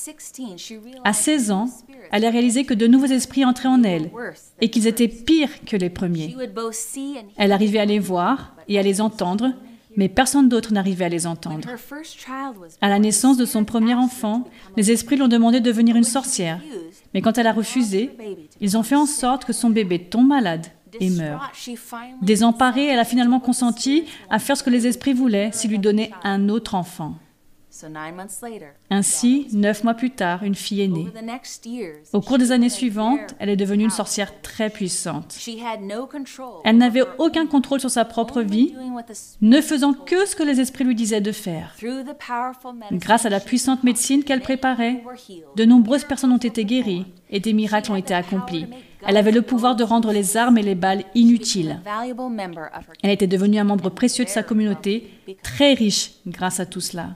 À 16 ans, elle a réalisé que de nouveaux esprits entraient en elle et qu'ils étaient pires que les premiers. Elle arrivait à les voir et à les entendre, mais personne d'autre n'arrivait à les entendre. À la naissance de son premier enfant, les esprits lui ont demandé de devenir une sorcière. Mais quand elle a refusé, ils ont fait en sorte que son bébé tombe malade et meurt. Désemparée, elle a finalement consenti à faire ce que les esprits voulaient s'ils lui donnaient un autre enfant. Ainsi, 9 mois plus tard, une fille est née. Au cours des années suivantes, elle est devenue une sorcière très puissante. Elle n'avait aucun contrôle sur sa propre vie, ne faisant que ce que les esprits lui disaient de faire. Grâce à la puissante médecine qu'elle préparait, de nombreuses personnes ont été guéries et des miracles ont été accomplis. Elle avait le pouvoir de rendre les armes et les balles inutiles. Elle était devenue un membre précieux de sa communauté, très riche grâce à tout cela.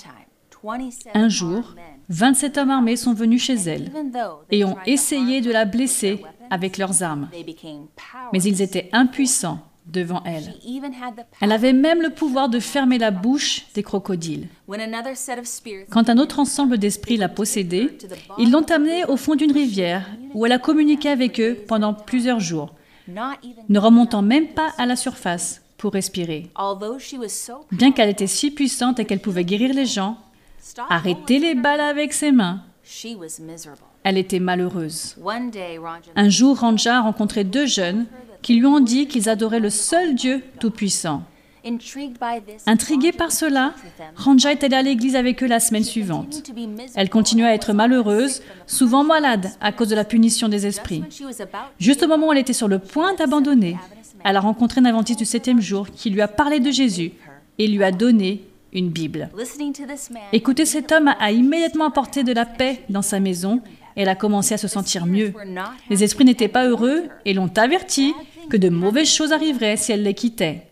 Un jour, 27 hommes armés sont venus chez elle et ont essayé de la blesser avec leurs armes. Mais ils étaient impuissants devant elle. Elle avait même le pouvoir de fermer la bouche des crocodiles. Quand un autre ensemble d'esprits l'a possédée, ils l'ont amenée au fond d'une rivière où elle a communiqué avec eux pendant plusieurs jours, ne remontant même pas à la surface pour respirer. Bien qu'elle était si puissante et qu'elle pouvait guérir les gens, arrêter les balles avec ses mains, elle était malheureuse. Un jour, Ranja a rencontré 2 jeunes qui lui ont dit qu'ils adoraient le seul Dieu Tout-Puissant. Intriguée par cela, Ranja est allée à l'église avec eux la semaine suivante. Elle continua à être malheureuse, souvent malade à cause de la punition des esprits. Juste au moment où elle était sur le point d'abandonner, elle a rencontré un adventiste du 7e jour qui lui a parlé de Jésus et lui a donné une Bible. Écoutez, cet homme a immédiatement apporté de la paix dans sa maison et elle a commencé à se sentir mieux. Les esprits n'étaient pas heureux et l'ont averti que de mauvaises choses arriveraient si elle les quittait.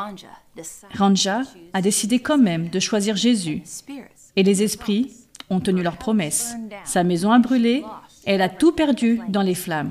Ranja a décidé quand même de choisir Jésus et les esprits ont tenu leur promesse. Sa maison a brûlé et elle a tout perdu dans les flammes.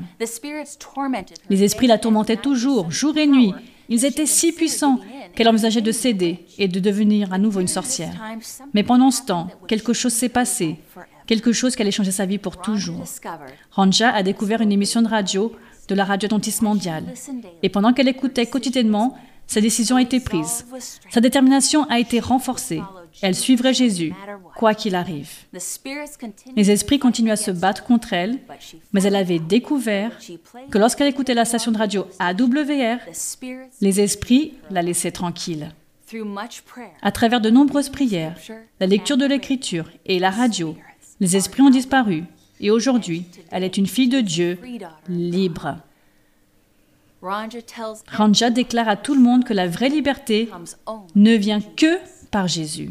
Les esprits la tourmentaient toujours, jour et nuit. Ils étaient si puissants qu'elle envisageait de céder et de devenir à nouveau une sorcière. Mais pendant ce temps, quelque chose s'est passé, quelque chose qui allait changer sa vie pour toujours. Ranja a découvert une émission de radio de la radio adventiste mondiale. Et pendant qu'elle écoutait quotidiennement, sa décision a été prise. Sa détermination a été renforcée. Elle suivrait Jésus, quoi qu'il arrive. Les esprits continuaient à se battre contre elle, mais elle avait découvert que lorsqu'elle écoutait la station de radio AWR, les esprits la laissaient tranquille. À travers de nombreuses prières, la lecture de l'Écriture et la radio, les esprits ont disparu. Et aujourd'hui, elle est une fille de Dieu libre. Ranja déclare à tout le monde que la vraie liberté ne vient que par Jésus.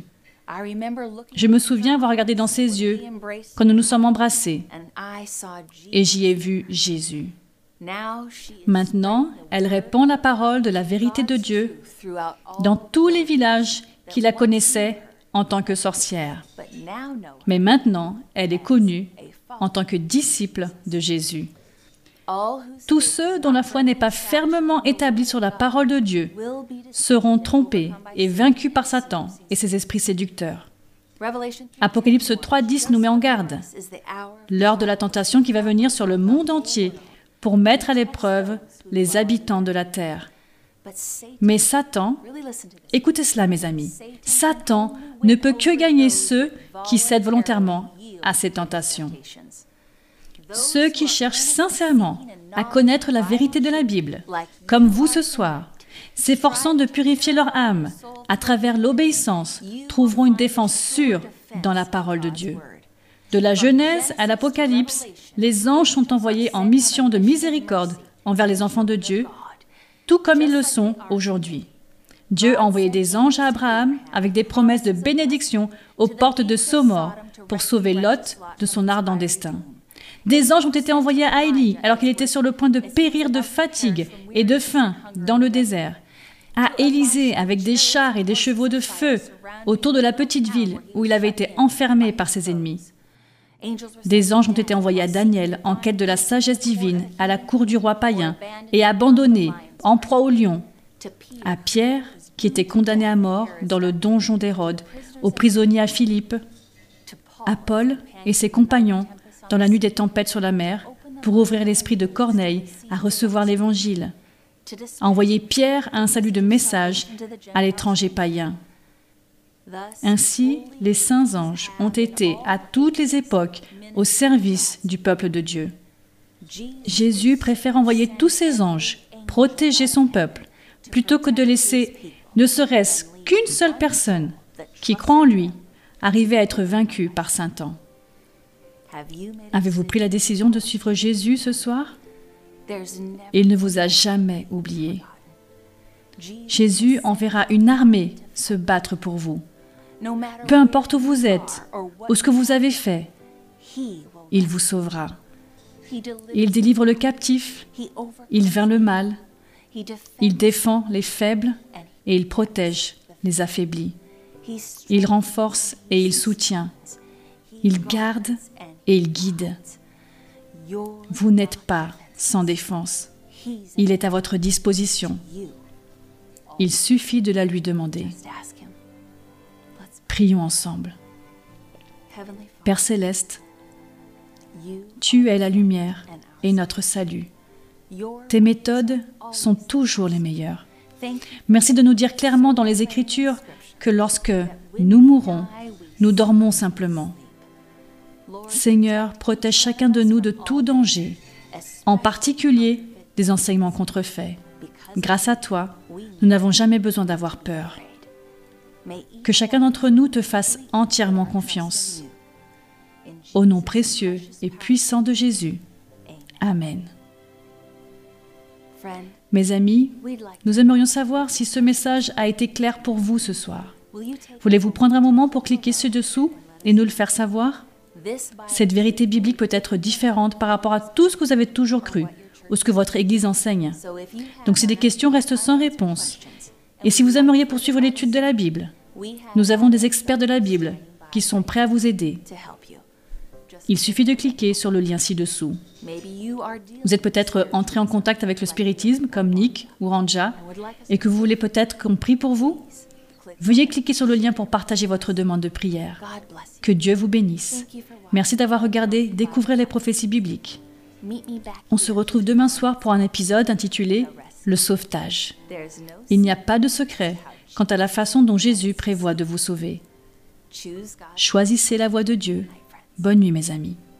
Je me souviens avoir regardé dans ses yeux quand nous nous sommes embrassés et j'y ai vu Jésus. Maintenant, elle répand la parole de la vérité de Dieu dans tous les villages qui la connaissaient en tant que sorcière. Mais maintenant, elle est connue en tant que disciple de Jésus. Tous ceux dont la foi n'est pas fermement établie sur la parole de Dieu seront trompés et vaincus par Satan et ses esprits séducteurs. Apocalypse 3:10 nous met en garde. L'heure de la tentation qui va venir sur le monde entier pour mettre à l'épreuve les habitants de la terre. Mais Satan, écoutez cela mes amis, Satan ne peut que gagner ceux qui cèdent volontairement à ces tentations. Ceux qui cherchent sincèrement à connaître la vérité de la Bible, comme vous ce soir, s'efforçant de purifier leur âme à travers l'obéissance, trouveront une défense sûre dans la parole de Dieu. De la Genèse à l'Apocalypse, les anges sont envoyés en mission de miséricorde envers les enfants de Dieu, tout comme ils le sont aujourd'hui. Dieu a envoyé des anges à Abraham avec des promesses de bénédiction aux portes de Somor pour sauver Lot de son ardent destin. Des anges ont été envoyés à Élie alors qu'il était sur le point de périr de fatigue et de faim dans le désert, à Élisée avec des chars et des chevaux de feu autour de la petite ville où il avait été enfermé par ses ennemis. Des anges ont été envoyés à Daniel en quête de la sagesse divine à la cour du roi païen et abandonnés en proie au lion, à Pierre qui était condamné à mort dans le donjon d'Hérode, aux prisonniers à Philippe, à Paul et ses compagnons dans la nuit des tempêtes sur la mer, pour ouvrir l'esprit de Corneille à recevoir l'Évangile, à envoyer Pierre à un salut de message à l'étranger païen. Ainsi, les saints anges ont été, à toutes les époques, au service du peuple de Dieu. Jésus préfère envoyer tous ses anges, protéger son peuple, plutôt que de laisser ne serait-ce qu'une seule personne qui croit en lui arriver à être vaincue par Satan. Avez-vous pris la décision de suivre Jésus ce soir? Il ne vous a jamais oublié. Jésus enverra une armée se battre pour vous. Peu importe où vous êtes ou ce que vous avez fait, il vous sauvera. Il délivre le captif, il vainc le mal, il défend les faibles et il protège les affaiblis. Il renforce et il soutient. Il garde et il guide. Vous n'êtes pas sans défense. Il est à votre disposition. Il suffit de la lui demander. Prions ensemble. Père céleste, tu es la lumière et notre salut. Tes méthodes sont toujours les meilleures. Merci de nous dire clairement dans les Écritures que lorsque nous mourons, nous dormons simplement. Seigneur, protège chacun de nous de tout danger, en particulier des enseignements contrefaits. Grâce à toi, nous n'avons jamais besoin d'avoir peur. Que chacun d'entre nous te fasse entièrement confiance. Au nom précieux et puissant de Jésus. Amen. Mes amis, nous aimerions savoir si ce message a été clair pour vous ce soir. Voulez-vous prendre un moment pour cliquer ci-dessous et nous le faire savoir? Cette vérité biblique peut être différente par rapport à tout ce que vous avez toujours cru ou ce que votre Église enseigne. Donc si des questions restent sans réponse, et si vous aimeriez poursuivre l'étude de la Bible, nous avons des experts de la Bible qui sont prêts à vous aider. Il suffit de cliquer sur le lien ci-dessous. Vous êtes peut-être entré en contact avec le spiritisme, comme Nick ou Ranja, et que vous voulez peut-être qu'on prie pour vous. Veuillez cliquer sur le lien pour partager votre demande de prière. Que Dieu vous bénisse. Merci d'avoir regardé Découvrir les prophéties bibliques. On se retrouve demain soir pour un épisode intitulé « Le sauvetage ». Il n'y a pas de secret quant à la façon dont Jésus prévoit de vous sauver. Choisissez la voie de Dieu. Bonne nuit, mes amis.